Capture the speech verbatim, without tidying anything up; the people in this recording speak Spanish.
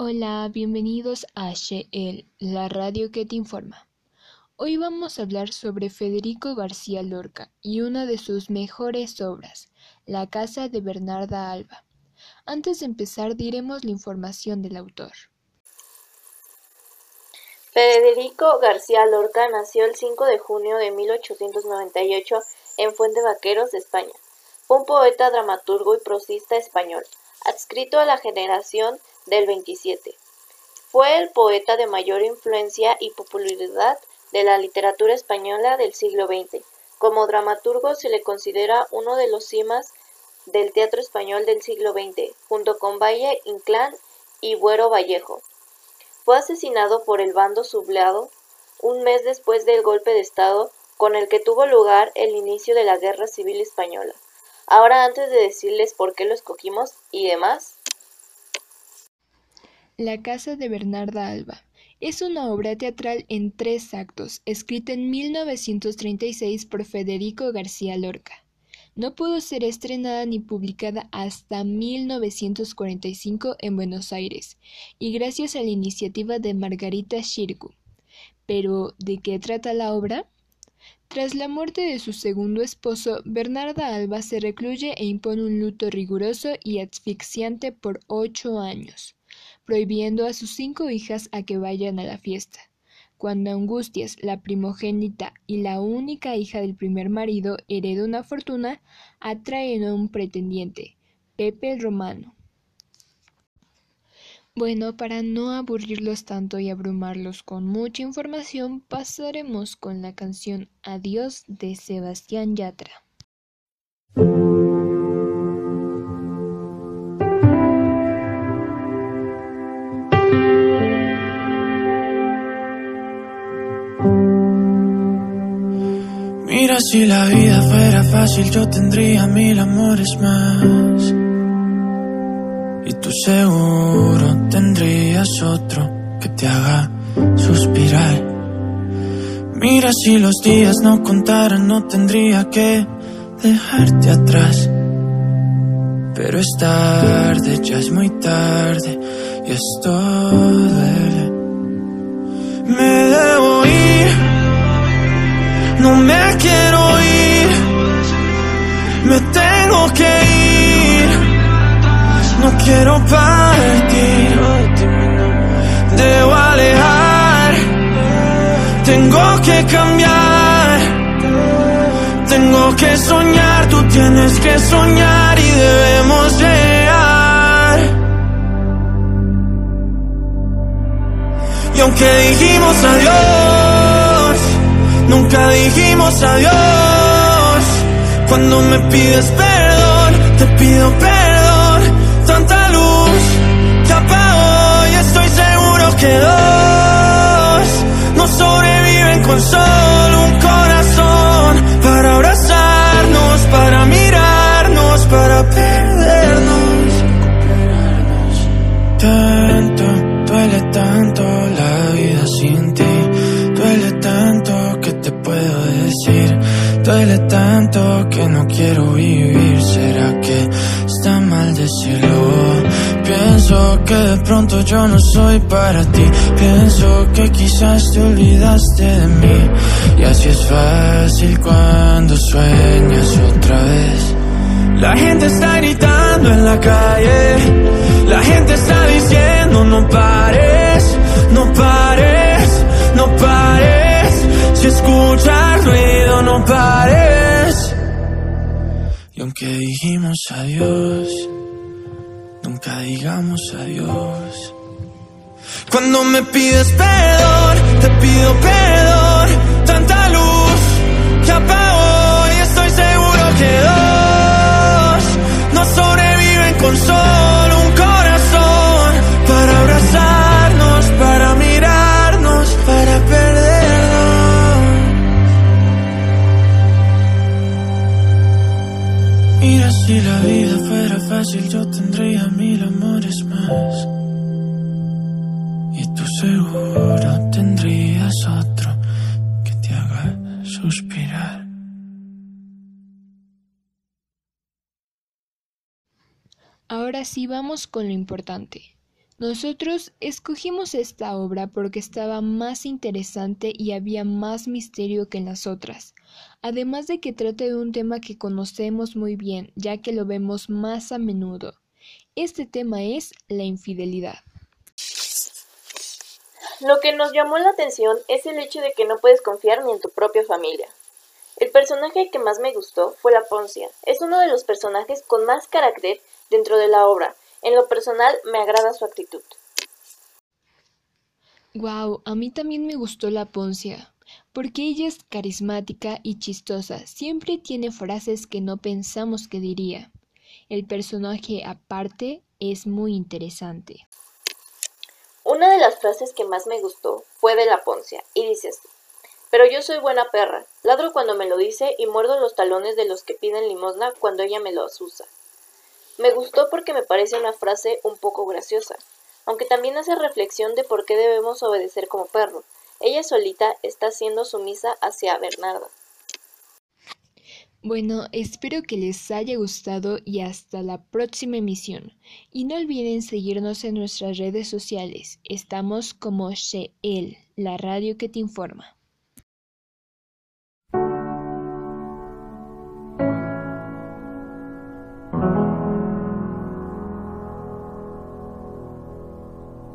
Hola, bienvenidos a Sheel, la radio que te informa. Hoy vamos a hablar sobre Federico García Lorca y una de sus mejores obras, La casa de Bernarda Alba. Antes de empezar diremos la información del autor. Federico García Lorca nació el cinco de junio de mil ochocientos noventa y ocho en Fuentevaqueros, España. Fue un poeta, dramaturgo y prosista español, adscrito a la generación del veintisiete. Fue el poeta de mayor influencia y popularidad de la literatura española del siglo veinte. Como dramaturgo se le considera uno de los cimas del teatro español del siglo veinte, junto con Valle Inclán y Buero Vallejo. Fue asesinado por el bando sublevado un mes después del golpe de Estado con el que tuvo lugar el inicio de la Guerra Civil Española. Ahora, antes de decirles por qué lo escogimos y demás. La casa de Bernarda Alba es una obra teatral en tres actos, escrita en mil novecientos treinta y seis por Federico García Lorca. No pudo ser estrenada ni publicada hasta mil novecientos cuarenta y cinco en Buenos Aires, y gracias a la iniciativa de Margarita Xirgu. Pero, ¿de qué trata la obra? Tras la muerte de su segundo esposo, Bernarda Alba se recluye e impone un luto riguroso y asfixiante por ocho años, prohibiendo a sus cinco hijas a que vayan a la fiesta. Cuando Angustias, la primogénita y la única hija del primer marido, hereda una fortuna, atraen a un pretendiente, Pepe el Romano. Bueno, para no aburrirlos tanto y abrumarlos con mucha información, pasaremos con la canción Adiós de Sebastián Yatra. Mira, si la vida fuera fácil yo tendría mil amores más, y tú seguro tendrías otro que te haga suspirar. Mira, si los días no contaran no tendría que dejarte atrás. Pero es tarde, ya es muy tarde y esto duele. Me debo ir, no me quiero ir, me tengo que ir, no quiero partir, debo alejar, tengo que cambiar, tengo que soñar, tú tienes que soñar y debemos llegar. Y aunque dijimos adiós, nunca dijimos adiós. Cuando me pides perdón, te pido perdón. Tanta luz que apagó y estoy seguro que dos no sobreviven con solo un corazón. Para abrazarnos, para mirarnos, para perdernos. Tanto, duele tanto la vida sin ti. Duele tanto que te puedo decir, duele tanto que no quiero vivir. ¿Será que está mal decirlo? Pienso que de pronto yo no soy para ti. Pienso que quizás te olvidaste de mí. Y así es fácil cuando sueñas otra vez. La gente está gritando en la calle, la gente está diciendo no pares, no pares, no pares. Si escuchas ruido no pares. Y aunque dijimos adiós, nunca digamos adiós. Cuando me pides perdón, te pido perdón. Tanta luz que apagó y estoy seguro que dos no sobreviven con solo un corazón. Para abrazarnos, para mirarnos, para perdernos. Mira, si la vida fuera fácil yo tendría mil amores más, y tú seguro tendrías otro que te haga suspirar. Ahora sí vamos con lo importante. Nosotros escogimos esta obra porque estaba más interesante y había más misterio que en las otras, además de que trata de un tema que conocemos muy bien, ya que lo vemos más a menudo. Este tema es la infidelidad. Lo que nos llamó la atención es el hecho de que no puedes confiar ni en tu propia familia. El personaje que más me gustó fue la Poncia. Es uno de los personajes con más carácter dentro de la obra. En lo personal me agrada su actitud. Wow, a mí también me gustó la Poncia, porque ella es carismática y chistosa, siempre tiene frases que no pensamos que diría. El personaje aparte es muy interesante. Una de las frases que más me gustó fue de la Poncia, y dice así: pero yo soy buena perra, ladro cuando me lo dice y muerdo los talones de los que piden limosna cuando ella me los usa. Me gustó porque me parece una frase un poco graciosa, aunque también hace reflexión de por qué debemos obedecer como perro. Ella solita está siendo sumisa hacia Bernarda. Bueno, espero que les haya gustado y hasta la próxima emisión. Y no olviden seguirnos en nuestras redes sociales. Estamos como Sheel, la radio que te informa.